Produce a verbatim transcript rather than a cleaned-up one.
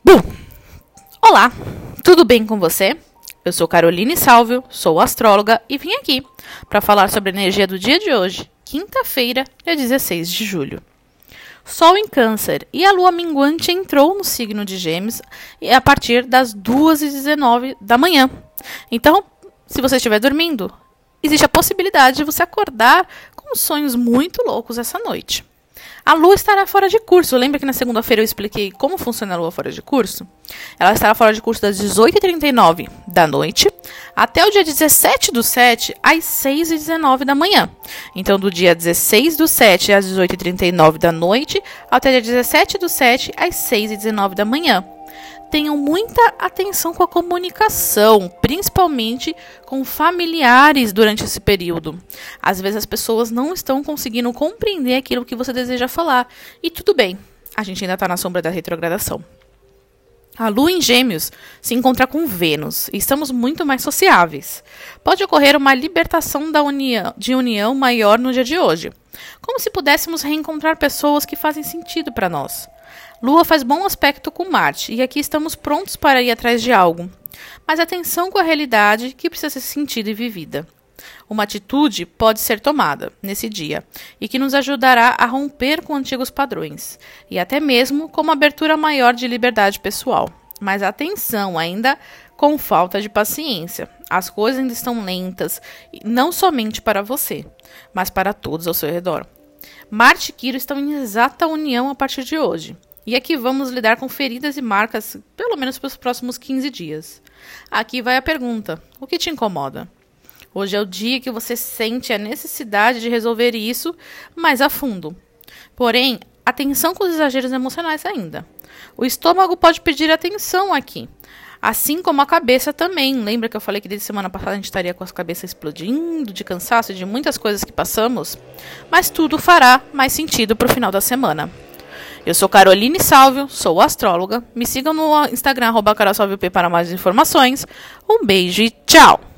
Olá, tudo bem com você? Eu sou Caroline Salvio, sou astróloga e vim aqui para falar sobre a energia do dia de hoje, quinta-feira, dia dezesseis de julho. Sol em Câncer e a lua minguante entrou no signo de Gêmeos a partir das duas e dezenove da manhã. Então, se você estiver dormindo, existe a possibilidade de você acordar com sonhos muito loucos essa noite. A lua estará fora de curso. Lembra que na segunda-feira eu expliquei como funciona a lua fora de curso? Ela estará fora de curso das dezoito e trinta e nove da noite até o dia dezessete do sete às seis e dezenove da manhã. Então, do dia dezesseis do sete às dezoito e trinta e nove da noite até o dia dezessete do sete às seis e dezenove da manhã. Tenham muita atenção com a comunicação, principalmente com familiares durante esse período. Às vezes as pessoas não estão conseguindo compreender aquilo que você deseja falar. E tudo bem, a gente ainda está na sombra da retrogradação. A lua em Gêmeos se encontra com Vênus e estamos muito mais sociáveis. Pode ocorrer uma libertação da união, de união maior no dia de hoje, como se pudéssemos reencontrar pessoas que fazem sentido para nós. Lua faz bom aspecto com Marte e aqui estamos prontos para ir atrás de algo. Mas atenção com a realidade que precisa ser sentida e vivida. Uma atitude pode ser tomada nesse dia e que nos ajudará a romper com antigos padrões e até mesmo com uma abertura maior de liberdade pessoal. Mas atenção, ainda com falta de paciência. As coisas ainda estão lentas, não somente para você, mas para todos ao seu redor. Marte e Quirón estão em exata união a partir de hoje. E aqui vamos lidar com feridas e marcas, pelo menos para os próximos quinze dias. Aqui vai a pergunta: o que te incomoda? Hoje é o dia que você sente a necessidade de resolver isso mais a fundo. Porém, atenção com os exageros emocionais ainda. O estômago pode pedir atenção aqui, assim como a cabeça também. Lembra que eu falei que desde semana passada a gente estaria com as cabeças explodindo de cansaço, de muitas coisas que passamos? Mas tudo fará mais sentido para o final da semana. Eu sou Caroline Salvio, sou astróloga. Me sigam no Instagram, arroba carolsalviop para mais informações. Um beijo e tchau!